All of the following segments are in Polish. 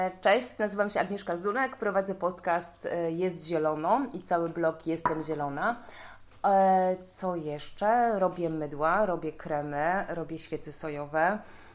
Cześć, nazywam się Agnieszka Zdunek, prowadzę podcast Jest Zielono i cały blog Jestem Zielona. Co jeszcze? Robię mydła, robię kremy, robię świece sojowe.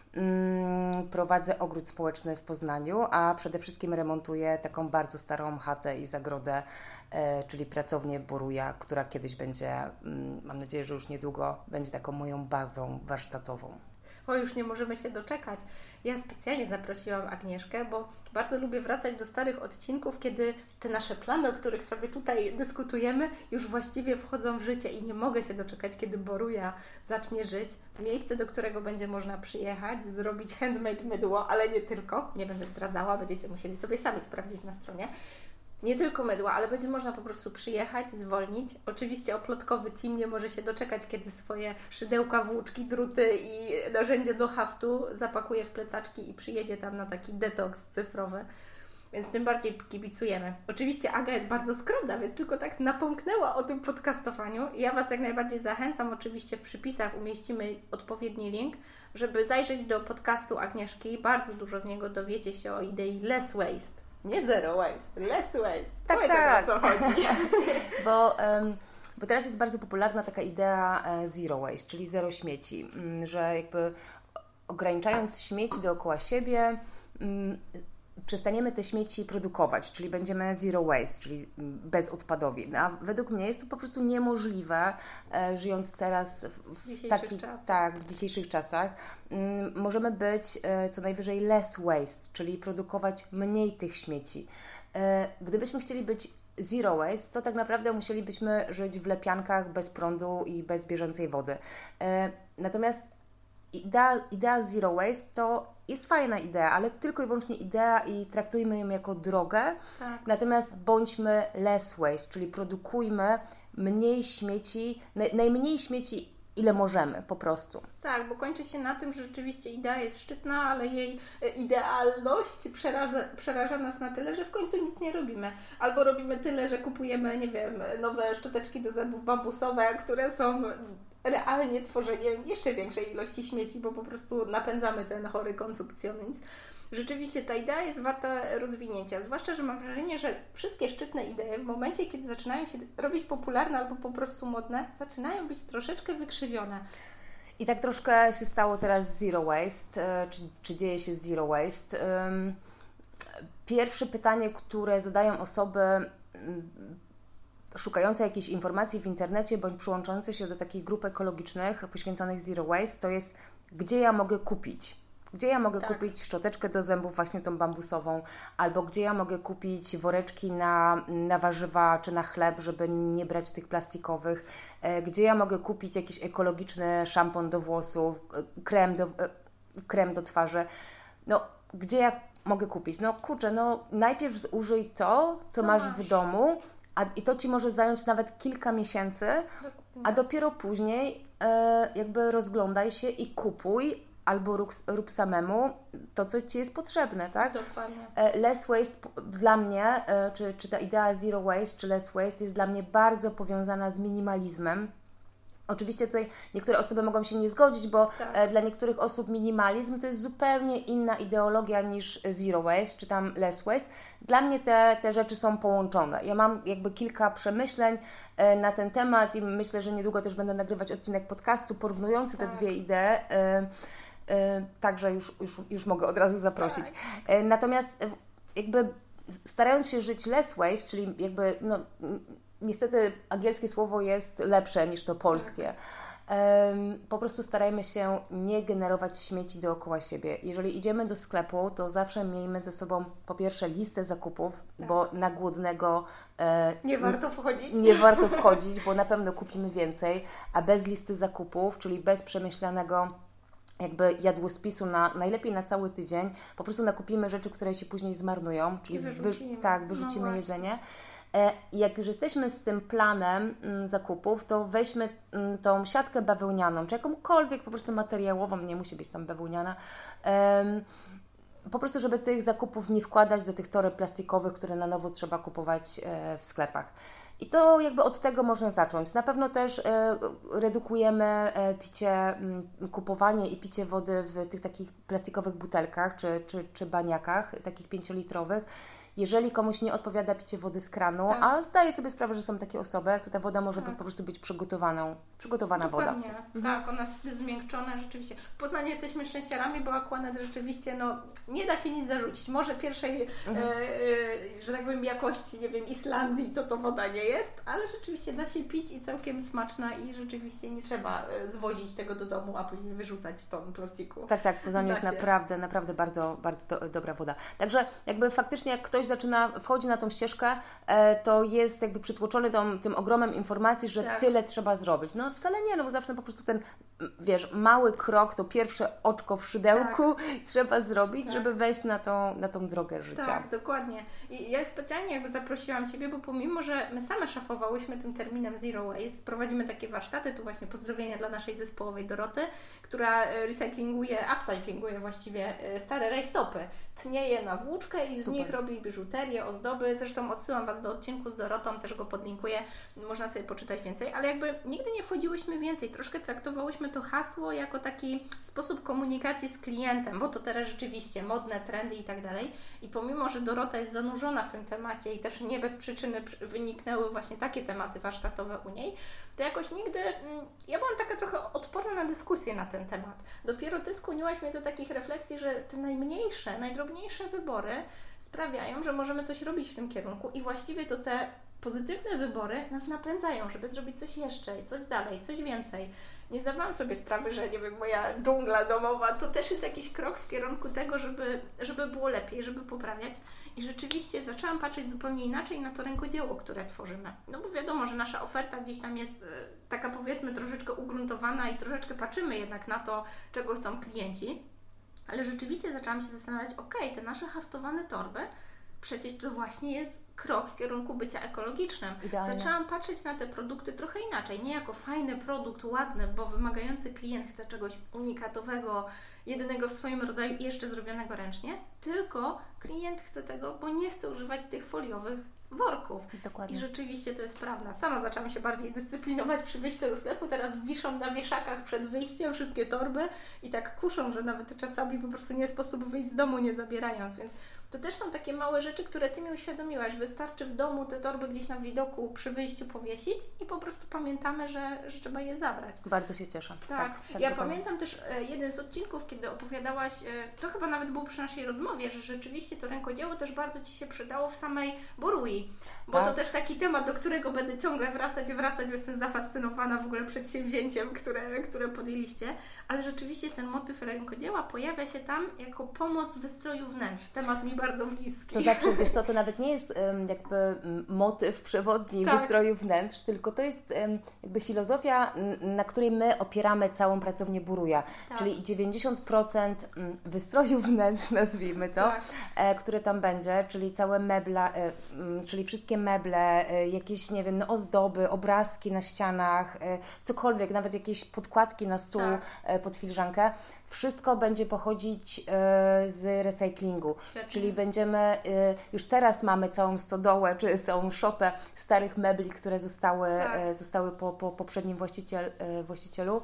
Prowadzę ogród społeczny w Poznaniu, a przede wszystkim remontuję taką bardzo starą chatę i zagrodę, czyli pracownię Boruja, która kiedyś będzie, mam nadzieję, że już niedługo, będzie taką moją bazą warsztatową. O, już nie możemy się doczekać. Ja specjalnie zaprosiłam Agnieszkę, bo bardzo lubię wracać do starych odcinków, kiedy te nasze plany, o których sobie tutaj dyskutujemy, już właściwie wchodzą w życie i nie mogę się doczekać, kiedy Boruja zacznie żyć. Miejsce, do którego będzie można przyjechać, zrobić handmade mydło, ale nie tylko. Nie będę zdradzała, będziecie musieli sobie sami sprawdzić na stronie. Nie tylko mydła, ale będzie można po prostu przyjechać, zwolnić. Oczywiście oplotkowy team nie może się doczekać, kiedy swoje szydełka, włóczki, druty i narzędzie do haftu zapakuje w plecaczki i przyjedzie tam na taki detoks cyfrowy. Więc tym bardziej kibicujemy. Oczywiście Aga jest bardzo skromna, więc tylko tak napomknęła o tym podcastowaniu. Ja Was jak najbardziej zachęcam. Oczywiście w przypisach umieścimy odpowiedni link, żeby zajrzeć do podcastu Agnieszki. Bardzo dużo z niego dowiecie się o idei less waste. Nie zero waste, less waste. Tak, Powiedz, tak. o co chodzi. Bo teraz jest bardzo popularna taka idea zero waste, czyli zero śmieci, że jakby ograniczając śmieci dookoła siebie, przestaniemy te śmieci produkować, czyli będziemy zero waste, czyli bezodpadowi. A według mnie jest to po prostu niemożliwe, żyjąc teraz w dzisiejszych czasach. Możemy być co najwyżej less waste, czyli produkować mniej tych śmieci. Gdybyśmy chcieli być zero waste, to tak naprawdę musielibyśmy żyć w lepiankach bez prądu i bez bieżącej wody. Natomiast idea zero waste to jest fajna idea, ale tylko i wyłącznie idea i traktujmy ją jako drogę. Tak. Natomiast bądźmy less waste, czyli produkujmy mniej śmieci, najmniej śmieci, ile możemy po prostu. Tak, bo kończy się na tym, że rzeczywiście idea jest szczytna, ale jej idealność przeraża nas na tyle, że w końcu nic nie robimy. Albo robimy tyle, że kupujemy, nie wiem, nowe szczoteczki do zębów bambusowe, które są realnie tworzeniem jeszcze większej ilości śmieci, bo po prostu napędzamy ten chory konsumpcjonizm. Rzeczywiście ta idea jest warta rozwinięcia, zwłaszcza, że mam wrażenie, że wszystkie szczytne idee w momencie, kiedy zaczynają się robić popularne albo po prostu modne, zaczynają być troszeczkę wykrzywione. I tak troszkę się stało teraz z zero waste, czy dzieje się zero waste. Pierwsze pytanie, które zadają osoby szukające jakiejś informacji w internecie bądź przyłączące się do takich grup ekologicznych poświęconych zero waste, to jest, gdzie ja mogę kupić? Gdzie ja mogę kupić szczoteczkę do zębów, właśnie tą bambusową, albo gdzie ja mogę kupić woreczki na warzywa czy na chleb, żeby nie brać tych plastikowych, gdzie ja mogę kupić jakiś ekologiczny szampon do włosów, krem do twarzy. No, gdzie ja mogę kupić? No kurczę, najpierw zużyj to, co masz w domu, i to Ci może zająć nawet kilka miesięcy, a dopiero później jakby rozglądaj się i kupuj, albo rób samemu to, co Ci jest potrzebne, tak? Dokładnie. Less waste dla mnie, czy ta idea zero waste, czy less waste jest dla mnie bardzo powiązana z minimalizmem. Oczywiście tutaj niektóre osoby mogą się nie zgodzić, bo dla niektórych osób minimalizm to jest zupełnie inna ideologia niż zero waste, czy tam less waste. Dla mnie te rzeczy są połączone. Ja mam jakby kilka przemyśleń na ten temat i myślę, że niedługo też będę nagrywać odcinek podcastu porównujący te dwie idee. Także już mogę od razu zaprosić. Natomiast jakby starając się żyć less waste, czyli jakby niestety angielskie słowo jest lepsze niż to polskie. Po prostu starajmy się nie generować śmieci dookoła siebie. Jeżeli idziemy do sklepu, to zawsze miejmy ze sobą po pierwsze listę zakupów, bo na głodnego nie warto wchodzić. Nie warto wchodzić, bo na pewno kupimy więcej, a bez listy zakupów, czyli bez przemyślanego jakby jadłospisu najlepiej na cały tydzień, po prostu nakupimy rzeczy, które się później zmarnują, czyli wyrzucimy jedzenie. Jak już jesteśmy z tym planem zakupów, to weźmy tą siatkę bawełnianą, czy jakąkolwiek po prostu materiałową, nie musi być tam bawełniana, po prostu, żeby tych zakupów nie wkładać do tych toreb plastikowych, które na nowo trzeba kupować w sklepach. I to jakby od tego można zacząć. Na pewno też redukujemy picie, kupowanie i picie wody w tych takich plastikowych butelkach czy baniakach, takich 5-litrowych. Jeżeli komuś nie odpowiada picie wody z kranu, a zdaję sobie sprawę, że są takie osoby, to ta woda może po prostu być przygotowana woda. Tak, ona jest zmiękczona rzeczywiście. W Poznaniu jesteśmy szczęściarami, bo akurat rzeczywiście nie da się nic zarzucić. Może pierwszej, że tak powiem, jakości, nie wiem, Islandii to woda nie jest, ale rzeczywiście da się pić i całkiem smaczna i rzeczywiście nie trzeba zwozić tego do domu, a później wyrzucać ton plastiku. Tak, w Poznaniu jest naprawdę bardzo, bardzo dobra woda. Także jakby faktycznie jak ktoś wchodzi na tą ścieżkę, to jest jakby przytłoczony tym ogromem informacji, że tyle trzeba zrobić. No wcale nie, bo zawsze po prostu ten, mały krok, to pierwsze oczko w szydełku trzeba zrobić, żeby wejść na tą drogę życia. Tak, dokładnie. I ja specjalnie jakby zaprosiłam Ciebie, bo pomimo, że my same szafowałyśmy tym terminem Zero Waste, prowadzimy takie warsztaty, tu właśnie pozdrowienia dla naszej zespołowej Doroty, która upcyclinguje właściwie stare rajstopy. Tnie je na włóczkę i z nich robi biżuterię, ozdoby. Zresztą odsyłam Was do odcinku z Dorotą, też go podlinkuję. Można sobie poczytać więcej, ale jakby nigdy nie wchodziłyśmy więcej. Troszkę traktowałyśmy to hasło jako taki sposób komunikacji z klientem, bo to teraz rzeczywiście modne trendy i tak dalej. I pomimo, że Dorota jest zanurzona w tym temacie i też nie bez przyczyny wyniknęły właśnie takie tematy warsztatowe u niej, to jakoś nigdy, ja byłam taka trochę odporna na dyskusję na ten temat. Dopiero Ty skłoniłaś mnie do takich refleksji, że te najmniejsze, najdrobniejsze wybory sprawiają, że możemy coś robić w tym kierunku i właściwie to te pozytywne wybory nas napędzają, żeby zrobić coś jeszcze, coś dalej, coś więcej. Nie zdawałam sobie sprawy, że nie wiem, moja dżungla domowa to też jest jakiś krok w kierunku tego, żeby było lepiej, żeby poprawiać. I rzeczywiście zaczęłam patrzeć zupełnie inaczej na to rękodzieło, które tworzymy. No bo wiadomo, że nasza oferta gdzieś tam jest taka, powiedzmy, troszeczkę ugruntowana i troszeczkę patrzymy jednak na to, czego chcą klienci. Ale rzeczywiście zaczęłam się zastanawiać, te nasze haftowane torby, przecież to właśnie jest krok w kierunku bycia ekologicznym. Idealnie. Zaczęłam patrzeć na te produkty trochę inaczej. Nie jako fajny produkt, ładny, bo wymagający klient chce czegoś unikatowego, jedynego w swoim rodzaju i jeszcze zrobionego ręcznie, tylko klient chce tego, bo nie chce używać tych foliowych worków. Dokładnie. I rzeczywiście to jest prawda. Sama zaczęłam się bardziej dyscyplinować przy wyjściu do sklepu. Teraz wiszą na wieszakach przed wyjściem wszystkie torby i tak kuszą, że nawet czasami po prostu nie sposób wyjść z domu nie zabierając, więc to też są takie małe rzeczy, które Ty mi uświadomiłaś. Wystarczy w domu te torby gdzieś na widoku przy wyjściu powiesić i po prostu pamiętamy, że trzeba je zabrać. Bardzo się cieszę. Tak ja pamiętam też jeden z odcinków, kiedy opowiadałaś, to chyba nawet było przy naszej rozmowie, że rzeczywiście to rękodzieło też bardzo Ci się przydało w samej Borui, bo to też taki temat, do którego będę ciągle wracać, bo jestem zafascynowana w ogóle przedsięwzięciem, które podjęliście, ale rzeczywiście ten motyw rękodzieła pojawia się tam jako pomoc w wystroju wnętrz. Temat mi bardzo bliski. To znaczy, wiesz co, to nawet nie jest jakby motyw przewodni wystroju wnętrz, tylko to jest jakby filozofia, na której my opieramy całą pracownię Boruja, czyli 90% wystroju wnętrz, nazwijmy to, które tam będzie, czyli całe meble, czyli wszystkie meble, jakieś, nie wiem, ozdoby, obrazki na ścianach, cokolwiek, nawet jakieś podkładki na stół pod filiżankę. Wszystko będzie pochodzić z recyklingu. Świetnie. Czyli będziemy, już teraz mamy całą stodołę, czy całą szopę starych mebli, które zostały po poprzednim właścicielu.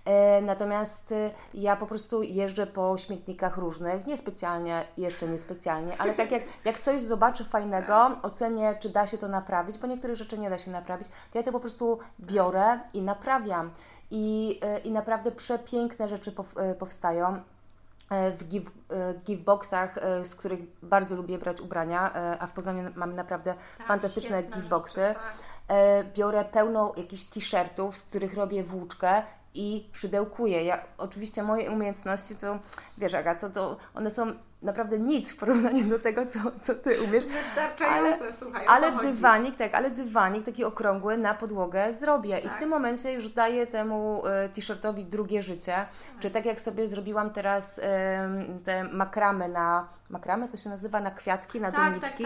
Natomiast ja po prostu jeżdżę po śmietnikach różnych, jeszcze niespecjalnie, ale tak jak coś zobaczę fajnego, ocenię, czy da się to naprawić, bo niektórych rzeczy nie da się naprawić, to ja to po prostu biorę i naprawiam. I naprawdę przepiękne rzeczy powstają w giftboxach, z których bardzo lubię brać ubrania, a w Poznaniu mamy naprawdę fantastyczne giftboxy. Biorę pełno jakichś t-shirtów, z których robię włóczkę i szydełkuję. Oczywiście moje umiejętności, to wiesz, Aga, to one są naprawdę nic w porównaniu do tego, co Ty umiesz. Wystarczające, słuchaj, ale dywanik taki okrągły na podłogę zrobię i w tym momencie już daję temu t-shirtowi drugie życie. Czy tak jak sobie zrobiłam teraz te makramy to się nazywa, na kwiatki, na doniczki.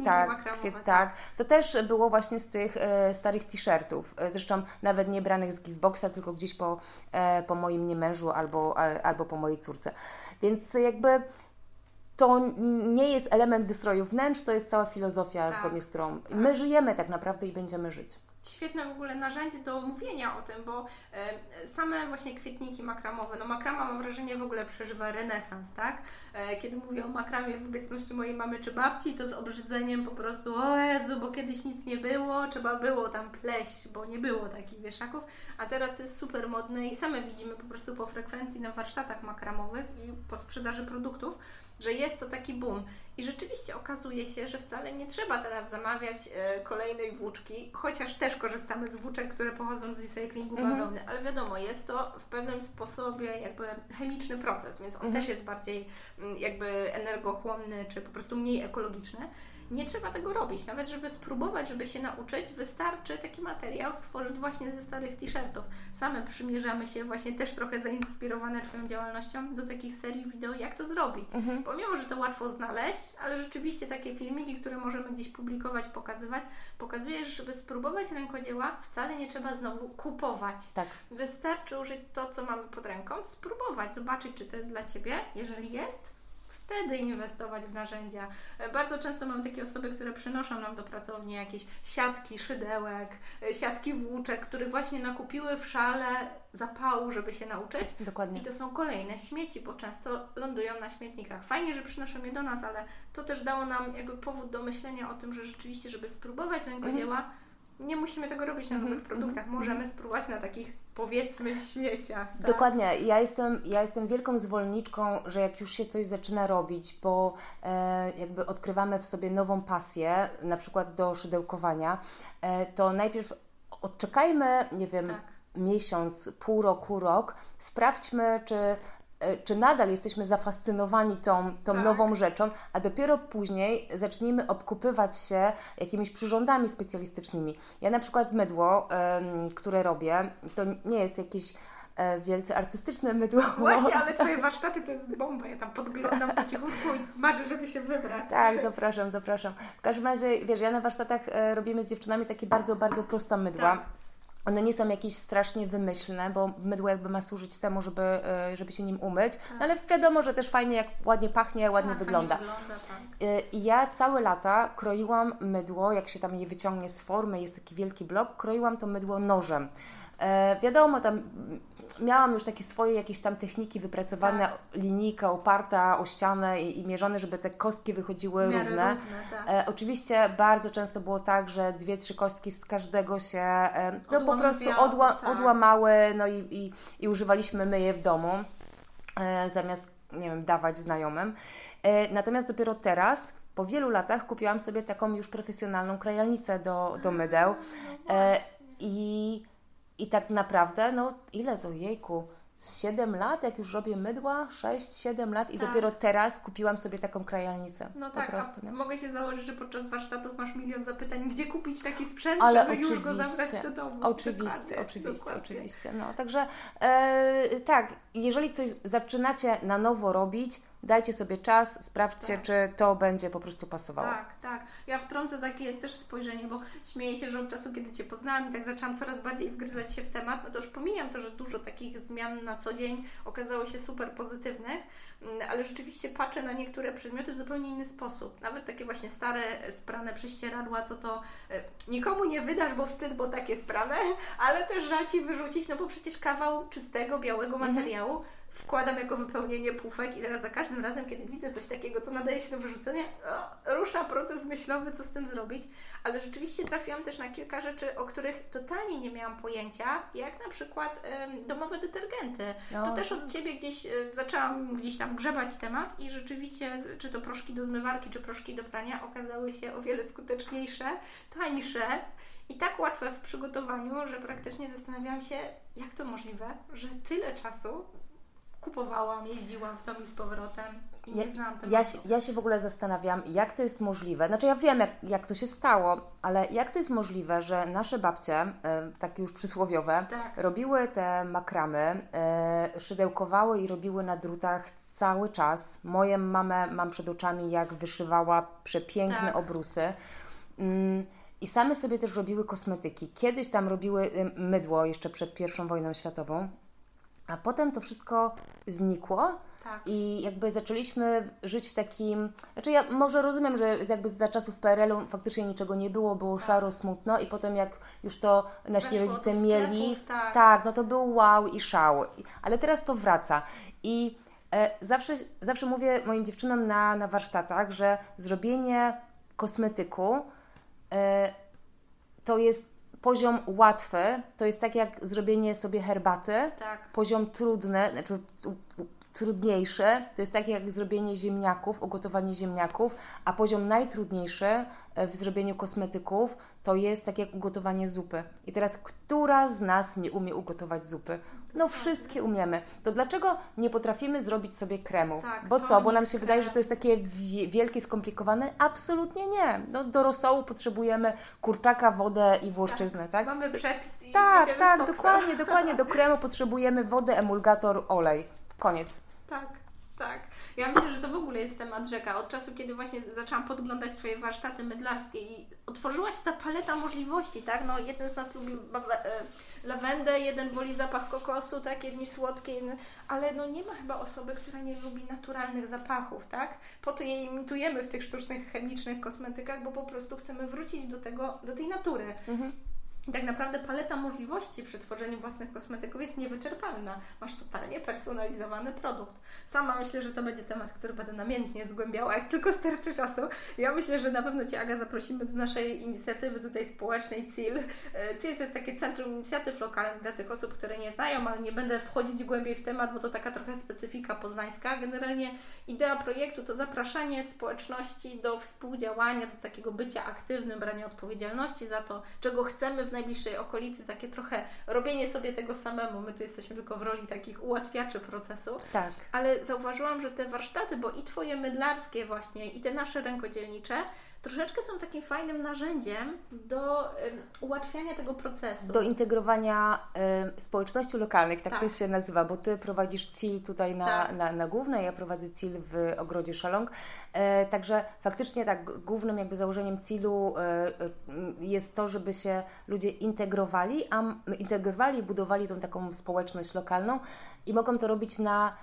Tak. To też było właśnie z tych starych t-shirtów. Zresztą nawet nie branych z giftboxa, tylko gdzieś po moim niemężu albo po mojej córce. Więc jakby to nie jest element wystroju wnętrz, to jest cała filozofia, zgodnie z którą my żyjemy tak naprawdę i będziemy żyć. Świetne w ogóle narzędzie do mówienia o tym, bo same właśnie kwietniki makramowe, no makrama mam wrażenie w ogóle przeżywa renesans, tak? Kiedy mówię o makramie w obecności mojej mamy czy babci, to z obrzydzeniem po prostu, o Jezu, bo kiedyś nic nie było, trzeba było tam pleść, bo nie było takich wieszaków, a teraz to jest super modne i same widzimy po prostu po frekwencji na warsztatach makramowych i po sprzedaży produktów, że jest to taki boom. I rzeczywiście okazuje się, że wcale nie trzeba teraz zamawiać kolejnej włóczki, chociaż też korzystamy z włóczek, które pochodzą z recyklingu bawełny, ale wiadomo, jest to w pewnym sposobie jakby chemiczny proces, więc on też jest bardziej jakby energochłonny, czy po prostu mniej ekologiczny. Nie trzeba tego robić, nawet żeby spróbować, żeby się nauczyć, wystarczy taki materiał stworzyć właśnie ze starych t-shirtów. Same przymierzamy się właśnie też trochę zainspirowane Twoją działalnością do takich serii wideo, jak to zrobić. Pomimo, że to łatwo znaleźć, ale rzeczywiście takie filmiki, które możemy gdzieś publikować, pokazywać, pokazuje, że żeby spróbować rękodzieła, wcale nie trzeba znowu kupować. Tak. Wystarczy użyć to, co mamy pod ręką, spróbować, zobaczyć, czy to jest dla Ciebie. Jeżeli jest, wtedy inwestować w narzędzia. Bardzo często mam takie osoby, które przynoszą nam do pracowni jakieś siatki szydełek, siatki włóczek, których właśnie nakupiły w szale zapału, żeby się nauczyć. Dokładnie. I to są kolejne śmieci, bo często lądują na śmietnikach. Fajnie, że przynoszą je do nas, ale to też dało nam jakby powód do myślenia o tym, że rzeczywiście, żeby spróbować rękodzieła, nie musimy tego robić na nowych produktach. Możemy spróbować na takich, powiedzmy, śmieciach. Tak? Dokładnie. Ja jestem wielką zwolenniczką, że jak już się coś zaczyna robić, bo jakby odkrywamy w sobie nową pasję, na przykład do szydełkowania, to najpierw odczekajmy, nie wiem, miesiąc, pół roku, rok, sprawdźmy, czy nadal jesteśmy zafascynowani tą nową rzeczą, a dopiero później zacznijmy obkupywać się jakimiś przyrządami specjalistycznymi. Ja na przykład mydło, które robię, to nie jest jakieś wielce artystyczne mydło. Właśnie, ale Twoje warsztaty to jest bomba. Ja tam podglądam po cichutku i marzę, żeby się wybrać. Tak, zapraszam. W każdym razie, wiesz, ja na warsztatach robimy z dziewczynami takie bardzo, bardzo proste mydła. Tak. One nie są jakieś strasznie wymyślne, bo mydło jakby ma służyć temu, żeby się nim umyć, no ale wiadomo, że też fajnie, jak ładnie pachnie, ładnie wygląda. I ja całe lata kroiłam mydło, jak się tam je wyciągnie z formy, jest taki wielki blok, kroiłam to mydło nożem. Wiadomo, tam miałam już takie swoje jakieś tam techniki wypracowane, linijka oparta o ścianę i mierzone, żeby te kostki wychodziły równe. Oczywiście bardzo często było tak, że 2-3 kostki z każdego się po prostu odłamały, no i używaliśmy my je w domu, zamiast, nie wiem, dawać znajomym. Natomiast dopiero teraz, po wielu latach, kupiłam sobie taką już profesjonalną krajalnicę do mydeł. I tak naprawdę, no ile to, jejku, z 7 lat, jak już robię mydła, 6-7 lat i dopiero teraz kupiłam sobie taką krajalnicę. No tak, po prostu, mogę się założyć, że podczas warsztatów masz milion zapytań, gdzie kupić taki sprzęt, ale żeby już go zabrać do domu. Oczywiście. No, także tak, jeżeli coś zaczynacie na nowo robić, dajcie sobie czas, sprawdźcie, czy to będzie po prostu pasowało. Tak. Ja wtrącę takie też spojrzenie, bo śmieję się, że od czasu, kiedy Cię poznałam i tak zaczęłam coraz bardziej wgryzać się w temat, no to już pomijam to, że dużo takich zmian na co dzień okazało się super pozytywnych, ale rzeczywiście patrzę na niektóre przedmioty w zupełnie inny sposób. Nawet takie właśnie stare, sprane prześcieradła, co to nikomu nie wydasz, bo wstyd, bo takie sprane, ale też żal Ci wyrzucić, no bo przecież kawał czystego, białego materiału wkładam jako wypełnienie pufek i teraz za każdym razem, kiedy widzę coś takiego, co nadaje się do wyrzucenia, rusza proces myślowy, co z tym zrobić, ale rzeczywiście trafiłam też na kilka rzeczy, o których totalnie nie miałam pojęcia, jak na przykład domowe detergenty. To też od Ciebie gdzieś zaczęłam gdzieś tam grzebać temat i rzeczywiście, czy to proszki do zmywarki, czy proszki do prania okazały się o wiele skuteczniejsze, tańsze i tak łatwe w przygotowaniu, że praktycznie zastanawiałam się, jak to możliwe, że tyle czasu kupowałam, jeździłam w tom i z powrotem i nie znałam tego. Ja się w ogóle zastanawiam, jak to jest możliwe. Znaczy ja wiem, jak to się stało, ale jak to jest możliwe, że nasze babcie, takie już przysłowiowe, robiły te makramy, szydełkowały i robiły na drutach cały czas. Moją mamę mam przed oczami, jak wyszywała przepiękne obrusy. I same sobie też robiły kosmetyki. Kiedyś tam robiły mydło jeszcze przed I wojną światową. A potem to wszystko znikło I jakby zaczęliśmy żyć w takim... Znaczy ja może rozumiem, że jakby za czasów PRL-u faktycznie niczego nie było, było szaro, smutno i potem jak już to nasi rodzice mieli, no to był wow i szał. Ale teraz to wraca. I zawsze mówię moim dziewczynom na warsztatach, że zrobienie kosmetyku to jest poziom łatwy, to jest tak jak zrobienie sobie herbaty, poziom trudny, znaczy trudniejszy, to jest tak jak zrobienie ziemniaków, ugotowanie ziemniaków, a poziom najtrudniejszy w zrobieniu kosmetyków to jest tak jak ugotowanie zupy. I teraz, która z nas nie umie ugotować zupy? No wszystkie umiemy. To dlaczego nie potrafimy zrobić sobie kremu? Bo co? Bo nam się wydaje, że to jest takie wielkie, skomplikowane? Absolutnie nie. No, do rosołu potrzebujemy kurczaka, wodę i włoszczyznę, tak? Mamy przepis i dokładnie. Do kremu potrzebujemy wodę, emulgator, olej. Koniec. Tak. Ja myślę, że to w ogóle jest temat rzeka. Od czasu, kiedy właśnie zaczęłam podglądać Twoje warsztaty mydlarskie i otworzyła się ta paleta możliwości, tak? No, jeden z nas lubi lawendę, jeden woli zapach kokosu, tak? Jedni słodkie, ale no nie ma chyba osoby, która nie lubi naturalnych zapachów, tak? Po to je imitujemy w tych sztucznych, chemicznych kosmetykach, bo po prostu chcemy wrócić do tej natury. I tak naprawdę paleta możliwości przy tworzeniu własnych kosmetyków jest niewyczerpalna. Masz totalnie personalizowany produkt. Sama myślę, że to będzie temat, który będę namiętnie zgłębiała, jak tylko starczy czasu. Ja myślę, że na pewno Cię, Aga, zaprosimy do naszej inicjatywy tutaj społecznej CIL. CIL to jest takie Centrum Inicjatyw Lokalnych dla tych osób, które nie znają, ale nie będę wchodzić głębiej w temat, bo to taka trochę specyfika poznańska. Generalnie idea projektu to zapraszanie społeczności do współdziałania, do takiego bycia aktywnym, brania odpowiedzialności za to, czego chcemy w najbliższej okolicy, takie trochę robienie sobie tego samemu. My tu jesteśmy tylko w roli takich ułatwiaczy procesu. Tak. Ale zauważyłam, że te warsztaty, bo i Twoje mydlarskie właśnie, i te nasze rękodzielnicze, troszeczkę są takim fajnym narzędziem do ułatwiania tego procesu. Do integrowania społeczności lokalnych, tak to się nazywa, bo Ty prowadzisz CIL tutaj na Głównej, ja prowadzę CIL w Ogrodzie Szalong. Także faktycznie tak, głównym jakby założeniem CIL-u jest to, żeby się ludzie integrowali, i budowali tą taką społeczność lokalną i mogą to robić na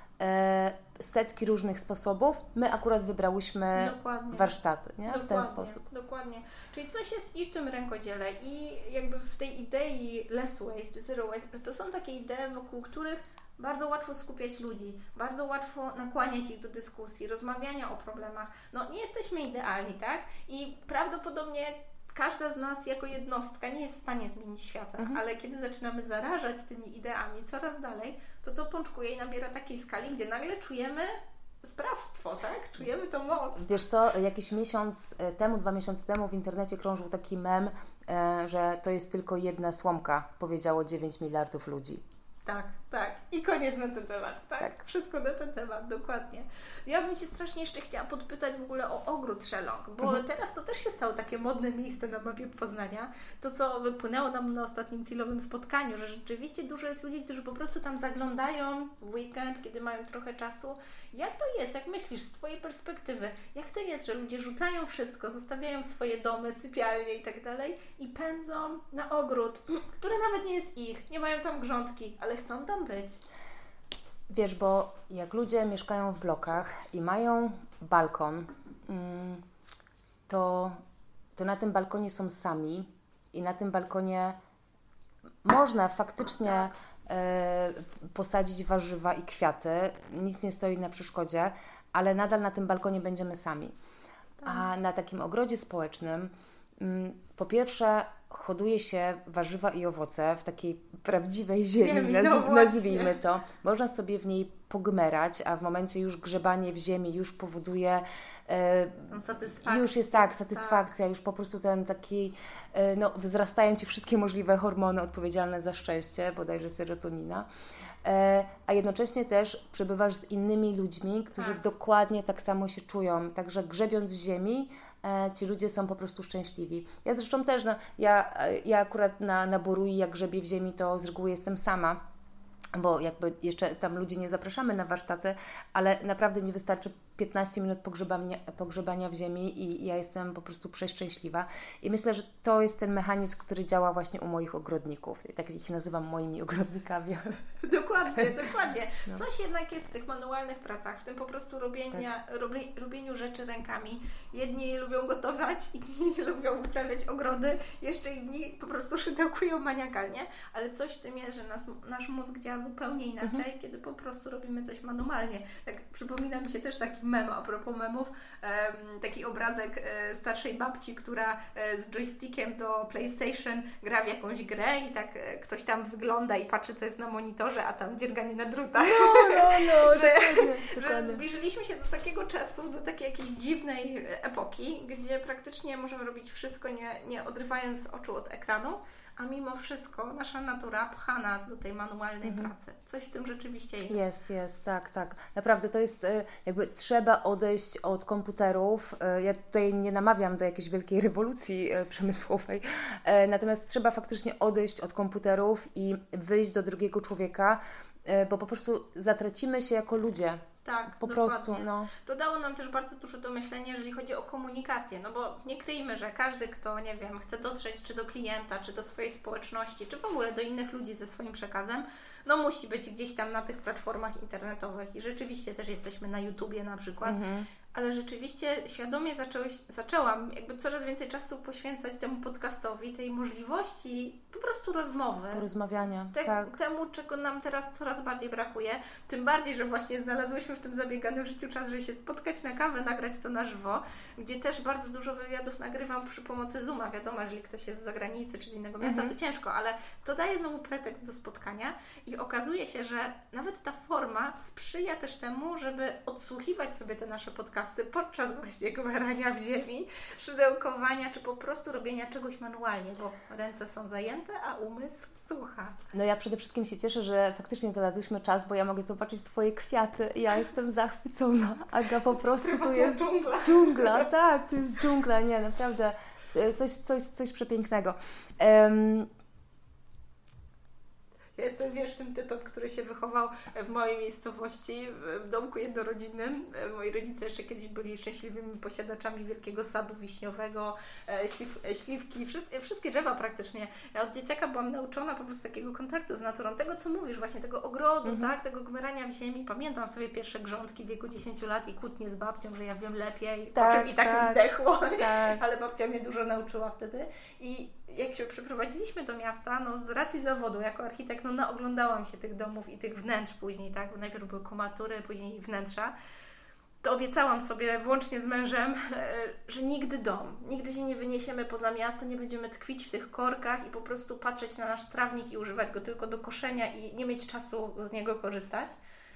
setki różnych sposobów. My akurat wybrałyśmy warsztaty, nie? W ten sposób. Dokładnie. Czyli coś jest i w tym rękodziele, i jakby w tej idei less waste, zero waste, to są takie idee, wokół których bardzo łatwo skupiać ludzi, bardzo łatwo nakłaniać ich do dyskusji, rozmawiania o problemach. No nie jesteśmy idealni, tak? I prawdopodobnie każda z nas jako jednostka nie jest w stanie zmienić świata, ale kiedy zaczynamy zarażać tymi ideami coraz dalej, to pączkuje i nabiera takiej skali, gdzie nagle czujemy sprawstwo, tak? Czujemy tą moc. Wiesz co, jakiś miesiąc temu, 2 miesiące temu w internecie krążył taki mem, że to jest tylko jedna słomka, powiedziało 9 miliardów ludzi. Tak. I koniec na ten temat, tak? Wszystko na ten temat, dokładnie. Ja bym Cię strasznie jeszcze chciała podpytać w ogóle o Ogród Szalong, bo teraz to też się stało takie modne miejsce na mapie Poznania. To, co wypłynęło nam na ostatnim CIL-owym spotkaniu, że rzeczywiście dużo jest ludzi, którzy po prostu tam zaglądają w weekend, kiedy mają trochę czasu. Jak to jest? Jak myślisz z Twojej perspektywy? Jak to jest, że ludzie rzucają wszystko, zostawiają swoje domy, sypialnie i tak dalej i pędzą na ogród, który nawet nie jest ich, nie mają tam grządki, ale chcą tam być? Wiesz, bo jak ludzie mieszkają w blokach i mają balkon, to na tym balkonie są sami i na tym balkonie można faktycznie posadzić warzywa i kwiaty, nic nie stoi na przeszkodzie, ale nadal na tym balkonie będziemy sami. A na takim ogrodzie społecznym po pierwsze hoduje się warzywa i owoce w takiej prawdziwej ziemi, nazwijmy to. Można sobie w niej pogmerać, a w momencie już grzebanie w ziemi już powoduje już jest satysfakcja, już po prostu ten taki wzrastają Ci wszystkie możliwe hormony odpowiedzialne za szczęście, bodajże serotonina. A jednocześnie też przebywasz z innymi ludźmi, którzy dokładnie tak samo się czują. Także grzebiąc w ziemi, ci ludzie są po prostu szczęśliwi. Ja zresztą też, ja akurat na Borui, jak grzebię w ziemi, to z reguły jestem sama, bo jakby jeszcze tam ludzi nie zapraszamy na warsztaty, ale naprawdę mi wystarczy 15 minut pogrzebania w ziemi i ja jestem po prostu przeszczęśliwa. I myślę, że to jest ten mechanizm, który działa właśnie u moich ogrodników. Tak ich nazywam moimi ogrodnikami. Dokładnie. No. Coś jednak jest w tych manualnych pracach, w tym po prostu robieniu rzeczy rękami. Jedni lubią gotować, inni lubią uprawiać ogrody, jeszcze inni po prostu szydełkują maniakalnie, ale coś w tym jest, że nasz mózg działa zupełnie inaczej, kiedy po prostu robimy coś manualnie. Tak przypomina mi się też taki mem, a propos memów, taki obrazek starszej babci, która z joystickiem do PlayStation gra w jakąś grę i tak ktoś tam wygląda i patrzy, co jest na monitorze, a tam dzierganie na drutach. Że zbliżyliśmy się do takiego czasu, do takiej jakiejś dziwnej epoki, gdzie praktycznie możemy robić wszystko, nie odrywając oczu od ekranu, a mimo wszystko nasza natura pcha nas do tej manualnej pracy. Coś w tym rzeczywiście jest. Jest, tak. Naprawdę to jest jakby trzeba odejść od komputerów. Ja tutaj nie namawiam do jakiejś wielkiej rewolucji przemysłowej, natomiast trzeba faktycznie odejść od komputerów i wyjść do drugiego człowieka, bo po prostu zatracimy się jako ludzie. Tak, po dokładnie. prostu. No. To dało nam też bardzo dużo do myślenia, jeżeli chodzi o komunikację, no bo nie kryjmy, że każdy, kto, nie wiem, chce dotrzeć czy do klienta, czy do swojej społeczności, czy w ogóle do innych ludzi ze swoim przekazem, no musi być gdzieś tam na tych platformach internetowych i rzeczywiście też jesteśmy na YouTubie na przykład, ale rzeczywiście świadomie zaczęłam jakby coraz więcej czasu poświęcać temu podcastowi, tej możliwości po prostu rozmowy. Porozmawiania, Temu, czego nam teraz coraz bardziej brakuje. Tym bardziej, że właśnie znalazłyśmy w tym zabieganym życiu czas, żeby się spotkać na kawę, nagrać to na żywo, gdzie też bardzo dużo wywiadów nagrywam przy pomocy Zooma. Wiadomo, jeżeli ktoś jest z zagranicy czy z innego miasta, to ciężko, ale to daje znowu pretekst do spotkania i okazuje się, że nawet ta forma sprzyja też temu, żeby odsłuchiwać sobie te nasze podcasty podczas właśnie gwarania w ziemi, szydełkowania, czy po prostu robienia czegoś manualnie, bo ręce są zajęte, a umysł słucha. No ja przede wszystkim się cieszę, że faktycznie znalazłyśmy czas, bo ja mogę zobaczyć Twoje kwiaty. Ja jestem zachwycona. Aga, po prostu tu jest dżungla. Tak, tu jest dżungla. Nie, naprawdę coś przepięknego. Ja jestem, tym typem, który się wychował w mojej miejscowości, w domku jednorodzinnym. Moi rodzice jeszcze kiedyś byli szczęśliwymi posiadaczami wielkiego sadu wiśniowego, śliwki, wszystkie drzewa praktycznie. Ja od dzieciaka byłam nauczona po prostu takiego kontaktu z naturą, tego co mówisz, właśnie tego ogrodu, tak, tego gmerania w ziemi. Pamiętam sobie pierwsze grządki w wieku 10 lat i kłótnie z babcią, że ja wiem lepiej, po czym i tak mi zdechło, ale babcia mnie dużo nauczyła wtedy. I jak się przeprowadziliśmy do miasta, no z racji zawodu jako architekt, no naoglądałam się tych domów i tych wnętrz później, tak, bo najpierw były komatury, później wnętrza, to obiecałam sobie włącznie z mężem, że nigdy się nie wyniesiemy poza miasto, nie będziemy tkwić w tych korkach i po prostu patrzeć na nasz trawnik i używać go tylko do koszenia i nie mieć czasu z niego korzystać.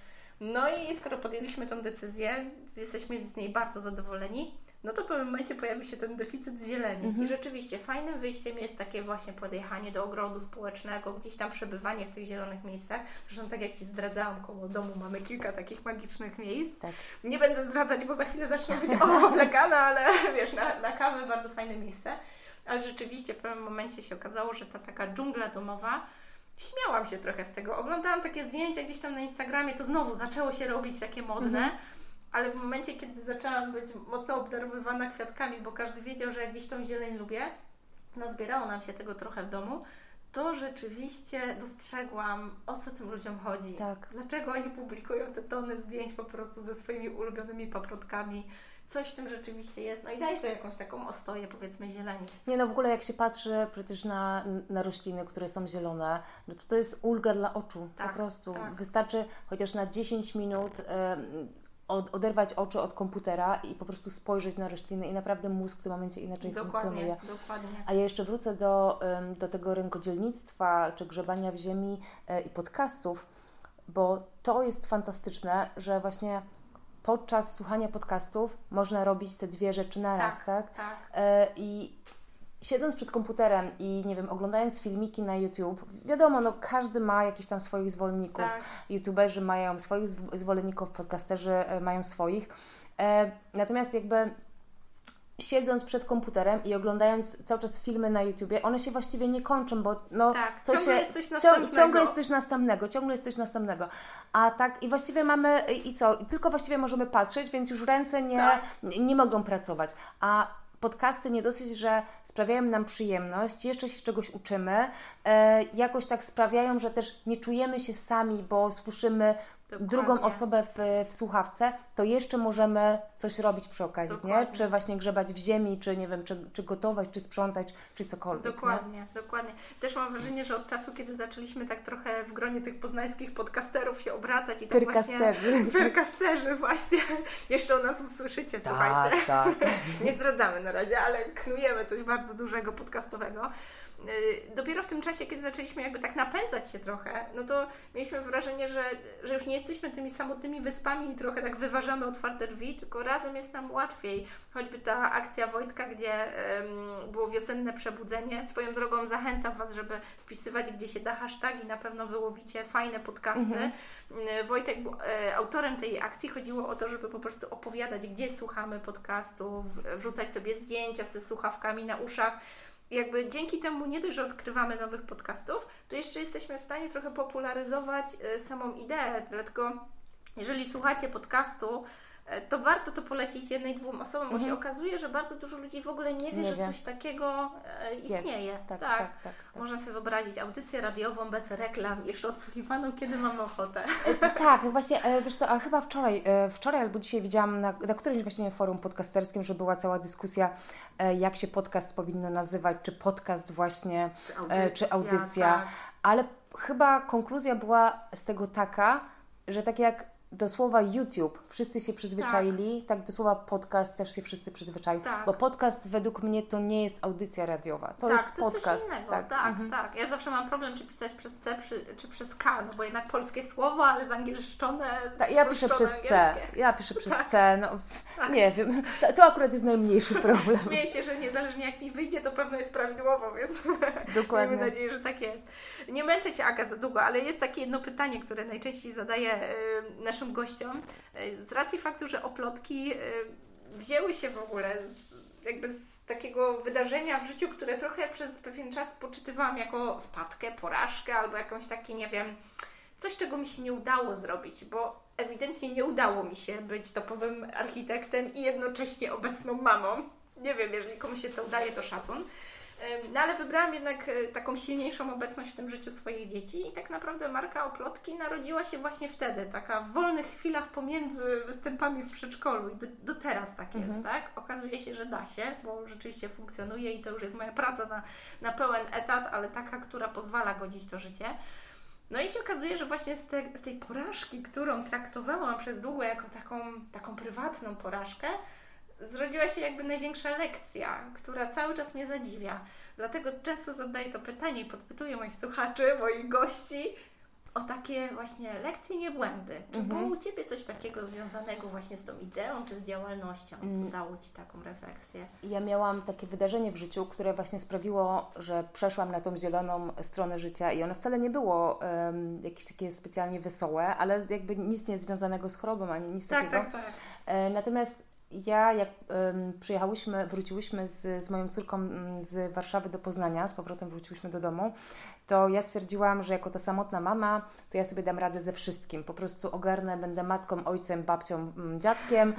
No i skoro podjęliśmy tę decyzję, jesteśmy z niej bardzo zadowoleni, no to w pewnym momencie pojawi się ten deficyt zieleni. I rzeczywiście fajnym wyjściem jest takie właśnie podjechanie do ogrodu społecznego, gdzieś tam przebywanie w tych zielonych miejscach. Zresztą tak jak Ci zdradzałam, koło domu mamy kilka takich magicznych miejsc. Tak. Nie będę zdradzać, bo za chwilę zacznie być oblegana, ale wiesz, na kawę bardzo fajne miejsce. Ale rzeczywiście w pewnym momencie się okazało, że ta taka dżungla domowa, śmiałam się trochę z tego. Oglądałam takie zdjęcia gdzieś tam na Instagramie, to znowu zaczęło się robić takie modne. Ale w momencie, kiedy zaczęłam być mocno obdarowywana kwiatkami, bo każdy wiedział, że ja gdzieś tą zieleń lubię, nazbierało nam się tego trochę w domu, to rzeczywiście dostrzegłam, o co tym ludziom chodzi. Tak. Dlaczego oni publikują te tony zdjęć po prostu ze swoimi ulubionymi paprotkami. Coś w tym rzeczywiście jest. No i daje to jakąś taką ostoję, powiedzmy, zieleni. Nie, no w ogóle jak się patrzy przecież na rośliny, które są zielone, no to jest ulga dla oczu. Tak, po prostu. Tak. Wystarczy chociaż na 10 minut oderwać oczy od komputera i po prostu spojrzeć na rośliny i naprawdę mózg w tym momencie inaczej funkcjonuje. Dokładnie. A ja jeszcze wrócę do tego rękodzielnictwa, czy grzebania w ziemi i podcastów, bo to jest fantastyczne, że właśnie podczas słuchania podcastów można robić te dwie rzeczy naraz, tak? I siedząc przed komputerem i nie wiem, oglądając filmiki na YouTube, wiadomo, no każdy ma jakiś tam swoich zwolenników. Tak. YouTuberzy mają swoich zwolenników, podcasterzy mają swoich. Natomiast jakby siedząc przed komputerem i oglądając cały czas filmy na YouTubie, one się właściwie nie kończą, bo ciągle jest coś następnego. A tak i właściwie mamy, i co? I tylko właściwie możemy patrzeć, więc już ręce nie mogą pracować. A podcasty nie dosyć, że sprawiają nam przyjemność, jeszcze się czegoś uczymy, jakoś tak sprawiają, że też nie czujemy się sami, bo słyszymy drugą osobę w słuchawce, to jeszcze możemy coś robić przy okazji, nie? Czy właśnie grzebać w ziemi, czy nie wiem, czy gotować, czy sprzątać, czy cokolwiek. Dokładnie. Też mam wrażenie, że od czasu, kiedy zaczęliśmy tak trochę w gronie tych poznańskich podcasterów się obracać i Pyrkasterzy właśnie. Jeszcze o nas usłyszycie, słuchajcie. Tak. Nie zdradzamy na razie, ale knujemy coś bardzo dużego podcastowego. Dopiero w tym czasie, kiedy zaczęliśmy jakby tak napędzać się trochę, no to mieliśmy wrażenie, że już nie jesteśmy tymi samotnymi wyspami i trochę tak wyważamy otwarte drzwi, tylko razem jest nam łatwiej. Choćby ta akcja Wojtka, gdzie było wiosenne przebudzenie. Swoją drogą zachęcam Was, żeby wpisywać, gdzie się da hashtagi, na pewno wyłowicie fajne podcasty. Wojtek był autorem tej akcji. Chodziło o to, żeby po prostu opowiadać, gdzie słuchamy podcastów, wrzucać sobie zdjęcia ze słuchawkami na uszach. Jakby dzięki temu nie dość, że odkrywamy nowych podcastów, to jeszcze jesteśmy w stanie trochę popularyzować samą ideę. Dlatego jeżeli słuchacie podcastu, to warto to polecić 1-2 osobom, bo się okazuje, że bardzo dużo ludzi w ogóle nie wie, że coś takiego istnieje. Tak. Można sobie wyobrazić audycję radiową bez reklam, jeszcze odsłuchiwaną, kiedy mamy ochotę. Tak, właśnie, wiesz co, ale chyba wczoraj albo dzisiaj widziałam na którymś właśnie forum podcasterskim, że była cała dyskusja, jak się podcast powinno nazywać, czy podcast właśnie, czy audycja. Tak. Ale chyba konkluzja była z tego taka, że tak jak do słowa YouTube wszyscy się przyzwyczaili, tak do słowa podcast też się wszyscy przyzwyczaili, bo podcast według mnie to nie jest audycja radiowa, to jest podcast. To jest coś innego, tak. Ja zawsze mam problem, czy pisać przez C, czy przez K, no bo jednak polskie słowo, ale zangielszczone, ja piszę przez C, no nie wiem, to akurat jest najmniejszy problem. Śmieję się, że niezależnie jak mi wyjdzie, to pewno jest prawidłowo, więc dokładnie. Miejmy nadzieję, że tak jest. Nie męczę Cię, Aga, za długo, ale jest takie jedno pytanie, które najczęściej zadaję naszym gościom. Z racji faktu, że oplotki wzięły się w ogóle z takiego wydarzenia w życiu, które trochę przez pewien czas poczytywałam jako wpadkę, porażkę albo jakąś takie, nie wiem, coś, czego mi się nie udało zrobić, bo ewidentnie nie udało mi się być topowym architektem i jednocześnie obecną mamą. Nie wiem, jeżeli komuś się to udaje, to szacun. No ale wybrałam jednak taką silniejszą obecność w tym życiu swoich dzieci i tak naprawdę marka Oplotki narodziła się właśnie wtedy, taka w wolnych chwilach pomiędzy występami w przedszkolu i do teraz tak jest, tak? Okazuje się, że da się, bo rzeczywiście funkcjonuje i to już jest moja praca na pełen etat, ale taka, która pozwala godzić to życie. No i się okazuje, że właśnie z tej porażki, którą traktowałam przez długo jako taką prywatną porażkę, zrodziła się jakby największa lekcja, która cały czas mnie zadziwia. Dlatego często zadaję to pytanie i podpytuję moich słuchaczy, moich gości o takie właśnie lekcje, nie błędy. Czy było u Ciebie coś takiego związanego właśnie z tą ideą, czy z działalnością, co dało Ci taką refleksję? Ja miałam takie wydarzenie w życiu, które właśnie sprawiło, że przeszłam na tą zieloną stronę życia i ono wcale nie było jakieś takie specjalnie wesołe, ale jakby nic nie związanego z chorobą, ani nic takiego. Tak. Natomiast jak wróciłyśmy z moją córką z Warszawy do Poznania, z powrotem wróciłyśmy do domu, to ja stwierdziłam, że jako ta samotna mama, to ja sobie dam radę ze wszystkim. Po prostu ogarnę, będę matką, ojcem, babcią, dziadkiem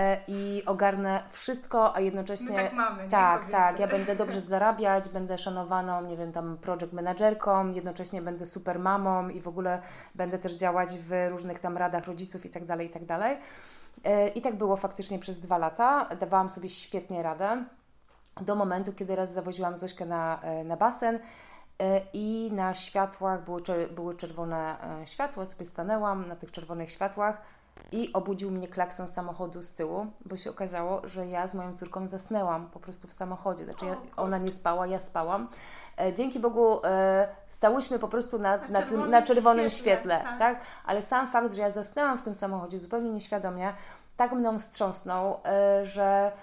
i ogarnę wszystko, a jednocześnie... My tak mamy. Tak, ja będę dobrze zarabiać, będę szanowaną, nie wiem, tam project managerką, jednocześnie będę super mamą i w ogóle będę też działać w różnych tam radach rodziców i tak dalej. I tak było faktycznie przez 2 lata. Dawałam sobie świetnie radę do momentu, kiedy raz zawoziłam Zośkę na basen i na światłach były czerwone światła. Sobie stanęłam na tych czerwonych światłach i obudził mnie klakson samochodu z tyłu, bo się okazało, że ja z moją córką zasnęłam po prostu w samochodzie. Znaczy ona nie spała, ja spałam. Dzięki Bogu stałyśmy po prostu na czerwonym świetle, tak? Ale sam fakt, że ja zasnęłam w tym samochodzie zupełnie nieświadomie, tak mną wstrząsnął, że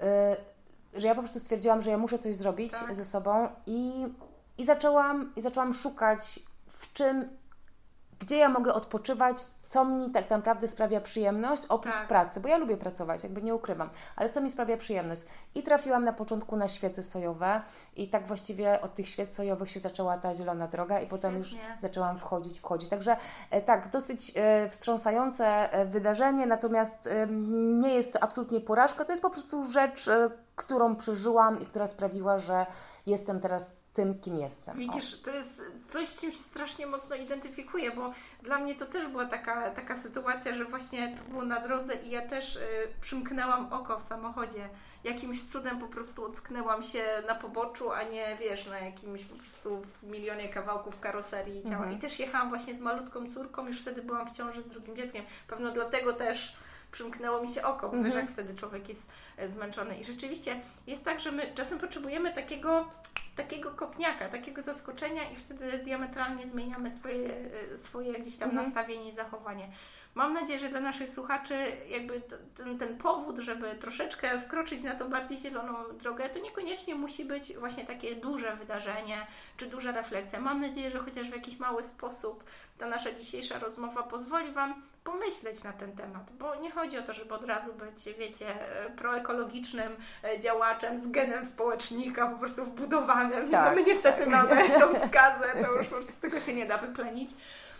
ja po prostu stwierdziłam, że ja muszę coś zrobić ze sobą i zaczęłam szukać, w czym gdzie ja mogę odpoczywać, co mi tak naprawdę sprawia przyjemność oprócz pracy, bo ja lubię pracować, jakby nie ukrywam, ale co mi sprawia przyjemność. I trafiłam na początku na świece sojowe i tak właściwie od tych świec sojowych się zaczęła ta zielona droga i potem już zaczęłam wchodzić. Także tak, dosyć wstrząsające wydarzenie, natomiast nie jest to absolutnie porażka, to jest po prostu rzecz, którą przeżyłam i która sprawiła, że jestem teraz tym, kim jestem. Widzisz, to jest coś, z czym się strasznie mocno identyfikuję, bo dla mnie to też była taka sytuacja, że właśnie to było na drodze i ja też przymknęłam oko w samochodzie. Jakimś cudem po prostu ocknęłam się na poboczu, a nie, wiesz, na jakimś po prostu w milionie kawałków karoserii ciała. I też jechałam właśnie z malutką córką, już wtedy byłam w ciąży z drugim dzieckiem. Pewno dlatego też przymknęło mi się oko, bo wiesz, jak wtedy człowiek jest zmęczony. I rzeczywiście jest tak, że my czasem potrzebujemy takiego kopniaka, takiego zaskoczenia i wtedy diametralnie zmieniamy swoje gdzieś tam nastawienie i zachowanie. Mam nadzieję, że dla naszych słuchaczy jakby ten powód, żeby troszeczkę wkroczyć na tą bardziej zieloną drogę, to niekoniecznie musi być właśnie takie duże wydarzenie czy duża refleksja. Mam nadzieję, że chociaż w jakiś mały sposób ta nasza dzisiejsza rozmowa pozwoli Wam pomyśleć na ten temat, bo nie chodzi o to, żeby od razu być, wiecie, proekologicznym działaczem z genem społecznika po prostu wbudowanym. Tak, no my niestety mamy tą skazę, to już po prostu tego się nie da wyplenić.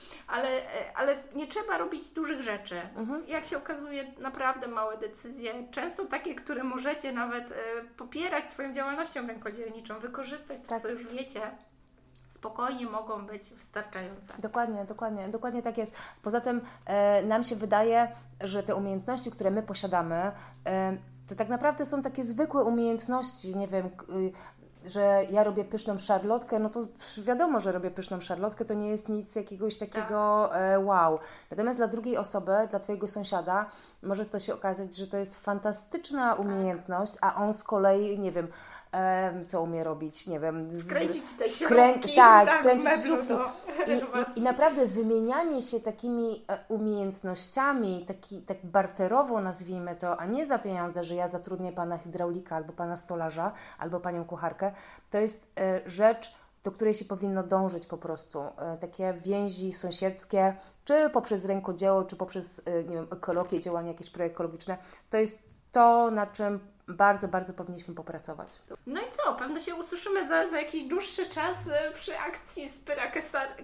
Ale nie trzeba robić dużych rzeczy. Jak się okazuje, naprawdę małe decyzje, często takie, które możecie nawet popierać swoją działalnością rękodzielniczą, wykorzystać to, co już wiecie, spokojnie mogą być wystarczające. Dokładnie tak jest. Poza tym nam się wydaje, że te umiejętności, które my posiadamy, to tak naprawdę są takie zwykłe umiejętności, nie wiem, że ja robię pyszną szarlotkę, no to wiadomo, że robię pyszną szarlotkę, to nie jest nic jakiegoś takiego wow. Natomiast dla drugiej osoby, dla Twojego sąsiada, może to się okazać, że to jest fantastyczna umiejętność, a on z kolei, nie wiem, co umie robić, nie wiem. Kręcić te śrubki. Kręcić śrubki. I naprawdę wymienianie się takimi umiejętnościami, tak barterowo nazwijmy to, a nie za pieniądze, że ja zatrudnię pana hydraulika, albo pana stolarza, albo panią kucharkę, to jest rzecz, do której się powinno dążyć po prostu. Takie więzi sąsiedzkie, czy poprzez rękodzieło, czy poprzez, nie wiem, ekologię, działania jakieś proekologiczne, to jest to, na czym bardzo, bardzo powinniśmy popracować. No i co? Pewno się usłyszymy za jakiś dłuższy czas przy akcji z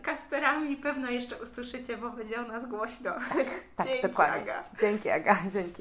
pyracasterami. Pewno jeszcze usłyszycie, bo będzie o nas głośno. Tak, dokładnie. Aga. Dzięki, Aga. Dzięki.